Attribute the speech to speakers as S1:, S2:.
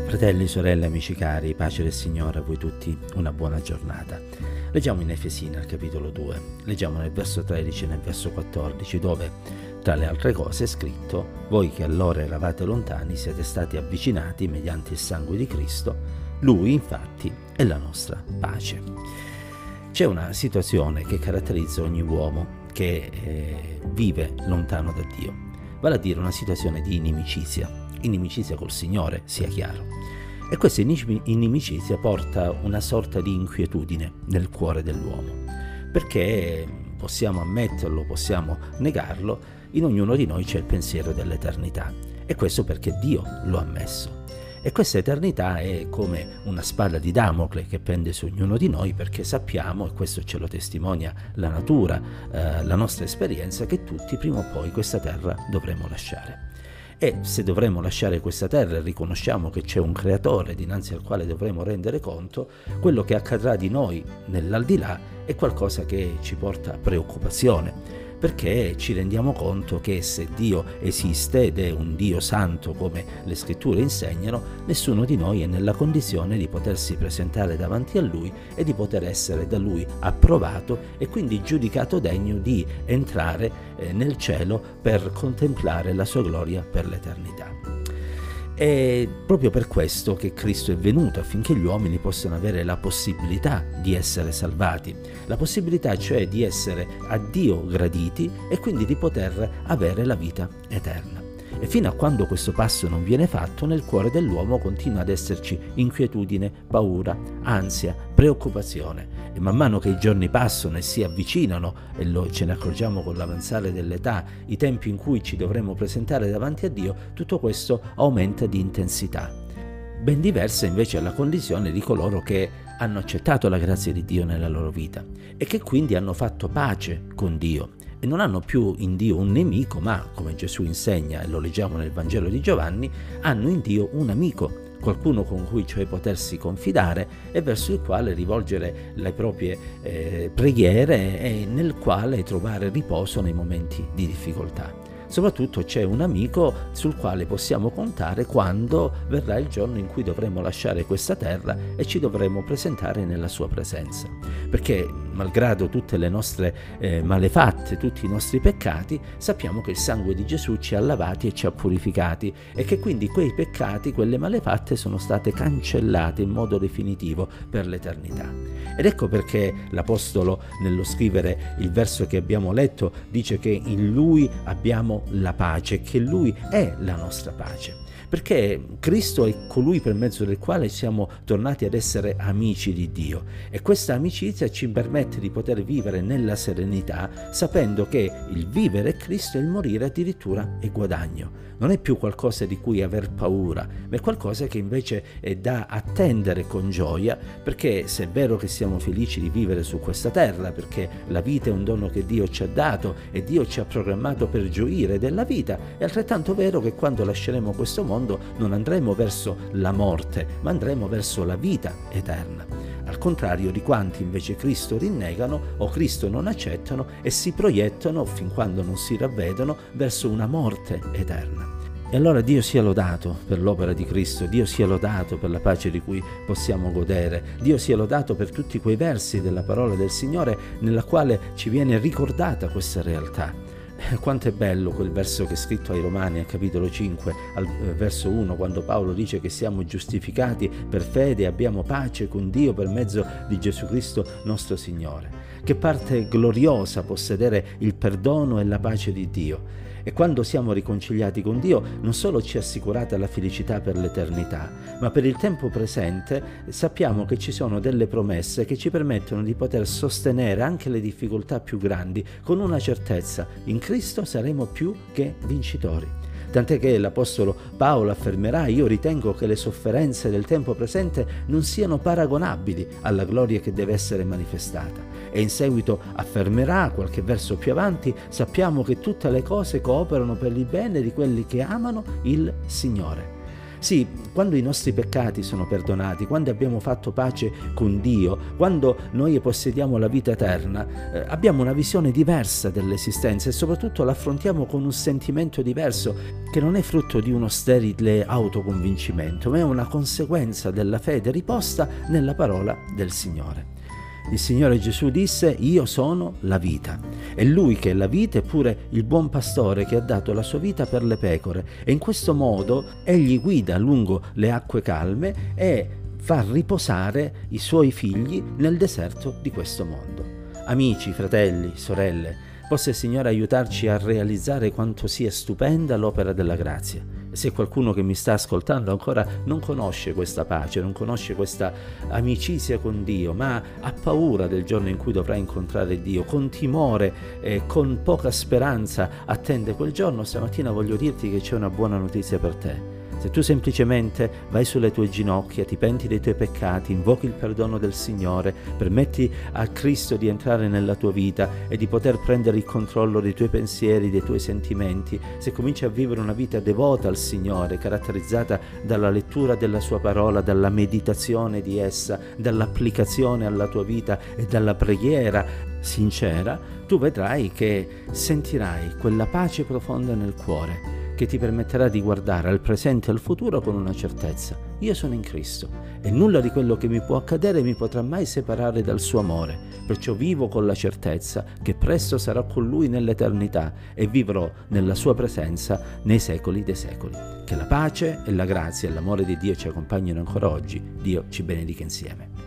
S1: Fratelli, sorelle, amici cari, pace del Signore a voi tutti, una buona giornata. Leggiamo in Efesini al capitolo 2, leggiamo nel verso 13 e nel verso 14, dove tra le altre cose è scritto: voi che allora eravate lontani siete stati avvicinati mediante il sangue di Cristo, Lui infatti è la nostra pace. C'è una situazione che caratterizza ogni uomo che vive lontano da Dio, vale a dire una situazione di inimicizia col Signore, sia chiaro. E questa inimicizia porta una sorta di inquietudine nel cuore dell'uomo, perché possiamo ammetterlo, possiamo negarlo, in ognuno di noi c'è il pensiero dell'eternità, e questo perché Dio lo ha messo. E questa eternità è come una spada di Damocle che pende su ognuno di noi, perché sappiamo, e questo ce lo testimonia la natura, la nostra esperienza, che tutti prima o poi questa terra dovremo lasciare. E se dovremo lasciare questa terra e riconosciamo che c'è un creatore dinanzi al quale dovremo rendere conto, quello che accadrà di noi nell'aldilà è qualcosa che ci porta a preoccupazione, perché ci rendiamo conto che se Dio esiste ed è un Dio santo come le scritture insegnano, nessuno di noi è nella condizione di potersi presentare davanti a Lui e di poter essere da Lui approvato e quindi giudicato degno di entrare nel cielo per contemplare la sua gloria per l'eternità. È proprio per questo che Cristo è venuto, affinché gli uomini possano avere la possibilità di essere salvati, la possibilità cioè di essere a Dio graditi e quindi di poter avere la vita eterna. E fino a quando questo passo non viene fatto, nel cuore dell'uomo continua ad esserci inquietudine, paura, ansia, preoccupazione. E man mano che i giorni passano e si avvicinano, e ce ne accorgiamo con l'avanzare dell'età, i tempi in cui ci dovremo presentare davanti a Dio, tutto questo aumenta di intensità. Ben diversa invece è la condizione di coloro che hanno accettato la grazia di Dio nella loro vita e che quindi hanno fatto pace con Dio. E non hanno più in Dio un nemico, ma, come Gesù insegna, e lo leggiamo nel Vangelo di Giovanni, hanno in Dio un amico, qualcuno con cui cioè potersi confidare e verso il quale rivolgere le proprie preghiere e nel quale trovare riposo nei momenti di difficoltà. Soprattutto c'è un amico sul quale possiamo contare quando verrà il giorno in cui dovremo lasciare questa terra e ci dovremo presentare nella sua presenza. Perché malgrado tutte le nostre malefatte, tutti i nostri peccati, sappiamo che il sangue di Gesù ci ha lavati e ci ha purificati e che quindi quei peccati, quelle malefatte sono state cancellate in modo definitivo per l'eternità. Ed ecco perché l'Apostolo, nello scrivere il verso che abbiamo letto, dice che in Lui abbiamo la pace, che Lui è la nostra pace. Perché Cristo è colui per mezzo del quale siamo tornati ad essere amici di Dio e questa amicizia ci permette di poter vivere nella serenità, sapendo che il vivere è Cristo e il morire addirittura è guadagno. Non è più qualcosa di cui aver paura, ma è qualcosa che invece è da attendere con gioia, perché se è vero che siamo felici di vivere su questa terra, perché la vita è un dono che Dio ci ha dato e Dio ci ha programmato per gioire della vita, è altrettanto vero che quando lasceremo questo mondo non andremo verso la morte, ma andremo verso la vita eterna. Al contrario di quanti invece Cristo rinnegano o Cristo non accettano e si proiettano, fin quando non si ravvedono, verso una morte eterna. E allora Dio sia lodato per l'opera di Cristo, Dio sia lodato per la pace di cui possiamo godere, Dio sia lodato per tutti quei versi della parola del Signore nella quale ci viene ricordata questa realtà. Quanto è bello quel verso che è scritto ai Romani al capitolo 5 al verso 1, quando Paolo dice che siamo giustificati per fede e abbiamo pace con Dio per mezzo di Gesù Cristo nostro Signore. Che parte gloriosa possedere il perdono e la pace di Dio. E quando siamo riconciliati con Dio non solo ci è assicurata la felicità per l'eternità, ma per il tempo presente sappiamo che ci sono delle promesse che ci permettono di poter sostenere anche le difficoltà più grandi con una certezza: in Cristo saremo più che vincitori. Tant'è che l'Apostolo Paolo affermerà: io ritengo che le sofferenze del tempo presente non siano paragonabili alla gloria che deve essere manifestata. E in seguito affermerà, qualche verso più avanti: sappiamo che tutte le cose cooperano per il bene di quelli che amano il Signore. Sì, quando i nostri peccati sono perdonati, quando abbiamo fatto pace con Dio, quando noi possediamo la vita eterna, abbiamo una visione diversa dell'esistenza e soprattutto l'affrontiamo con un sentimento diverso che non è frutto di uno sterile autoconvincimento, ma è una conseguenza della fede riposta nella parola del Signore. Il Signore Gesù disse: io sono la vita. È Lui che è la vita, eppure il buon pastore che ha dato la sua vita per le pecore. E in questo modo Egli guida lungo le acque calme e fa riposare i Suoi figli nel deserto di questo mondo. Amici, fratelli, sorelle, possa il Signore aiutarci a realizzare quanto sia stupenda l'opera della grazia. Se qualcuno che mi sta ascoltando ancora non conosce questa pace, non conosce questa amicizia con Dio, ma ha paura del giorno in cui dovrà incontrare Dio, con timore e con poca speranza attende quel giorno, stamattina voglio dirti che c'è una buona notizia per te. Se tu semplicemente vai sulle tue ginocchia, ti penti dei tuoi peccati, invochi il perdono del Signore, permetti a Cristo di entrare nella tua vita e di poter prendere il controllo dei tuoi pensieri, dei tuoi sentimenti, se cominci a vivere una vita devota al Signore, caratterizzata dalla lettura della Sua parola, dalla meditazione di essa, dall'applicazione alla tua vita e dalla preghiera sincera, tu vedrai che sentirai quella pace profonda nel cuore che ti permetterà di guardare al presente e al futuro con una certezza: io sono in Cristo e nulla di quello che mi può accadere mi potrà mai separare dal suo amore, perciò vivo con la certezza che presto sarò con Lui nell'eternità e vivrò nella sua presenza nei secoli dei secoli. Che la pace e la grazia e l'amore di Dio ci accompagnino ancora oggi. Dio ci benedica insieme.